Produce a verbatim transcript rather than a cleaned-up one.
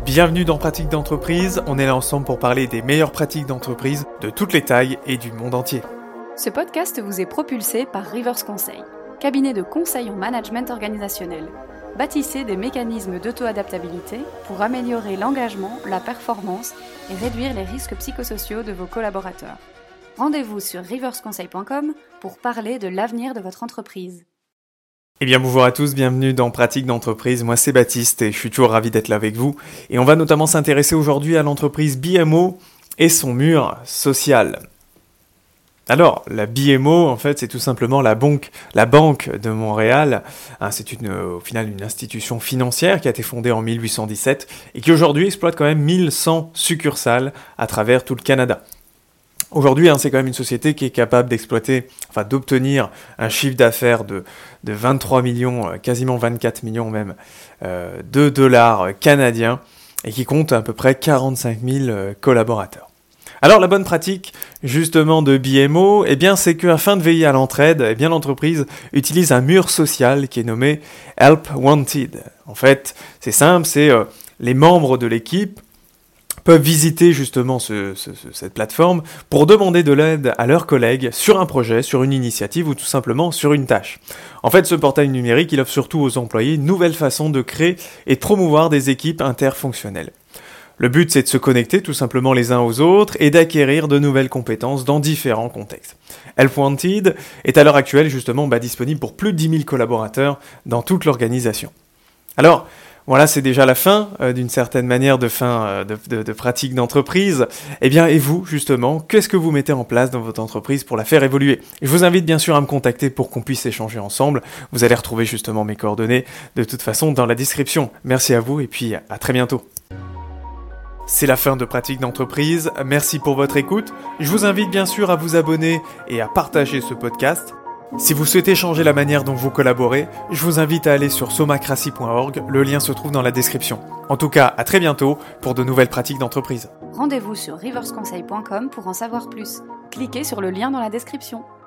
Bienvenue dans Pratique d'entreprise, on est là ensemble pour parler des meilleures pratiques d'entreprise de toutes les tailles et du monde entier. Ce podcast vous est propulsé par Rivers Conseil, cabinet de conseil en management organisationnel. Bâtissez des mécanismes d'auto-adaptabilité pour améliorer l'engagement, la performance et réduire les risques psychosociaux de vos collaborateurs. Rendez-vous sur rivers conseil point com pour parler de l'avenir de votre entreprise. Eh bien bonjour à tous, bienvenue dans Pratique d'entreprise, moi c'est Baptiste et je suis toujours ravi d'être là avec vous. Et on va notamment s'intéresser aujourd'hui à l'entreprise B M O et son mur social. Alors, la B M O, en fait, c'est tout simplement la banque, la banque de Montréal. Hein, c'est une, au final une institution financière qui a été fondée en mille huit cent dix-sept et qui aujourd'hui exploite quand même mille cent succursales à travers tout le Canada. Aujourd'hui, hein, c'est quand même une société qui est capable d'exploiter, enfin d'obtenir un chiffre d'affaires de, de vingt-trois millions, quasiment vingt-quatre millions même, euh, de dollars canadiens et qui compte à peu près quarante-cinq mille collaborateurs. Alors la bonne pratique justement de B M O, eh bien c'est qu'afin de veiller à l'entraide, eh bien l'entreprise utilise un mur social qui est nommé Help Wanted. En fait, c'est simple, c'est euh, les membres de l'équipe peuvent visiter justement ce, ce, cette plateforme pour demander de l'aide à leurs collègues sur un projet, sur une initiative ou tout simplement sur une tâche. En fait, ce portail numérique, il offre surtout aux employés une nouvelle façon de créer et de promouvoir des équipes interfonctionnelles. Le but, c'est de se connecter tout simplement les uns aux autres et d'acquérir de nouvelles compétences dans différents contextes. Help Wanted est à l'heure actuelle justement bah, disponible pour plus de dix mille collaborateurs dans toute l'organisation. Alors, voilà, c'est déjà la fin, euh, d'une certaine manière, de fin euh, de, de, de pratique d'entreprise. Eh bien, et vous, justement, qu'est-ce que vous mettez en place dans votre entreprise pour la faire évoluer ? Je vous invite bien sûr à me contacter pour qu'on puisse échanger ensemble. Vous allez retrouver justement mes coordonnées, de toute façon, dans la description. Merci à vous et puis à très bientôt. C'est la fin de Pratique d'entreprise, merci pour votre écoute. Je vous invite bien sûr à vous abonner et à partager ce podcast. Si vous souhaitez changer la manière dont vous collaborez, je vous invite à aller sur somacracy point org, le lien se trouve dans la description. En tout cas, à très bientôt pour de nouvelles pratiques d'entreprise. Rendez-vous sur rivers conseil point com pour en savoir plus. Cliquez sur le lien dans la description.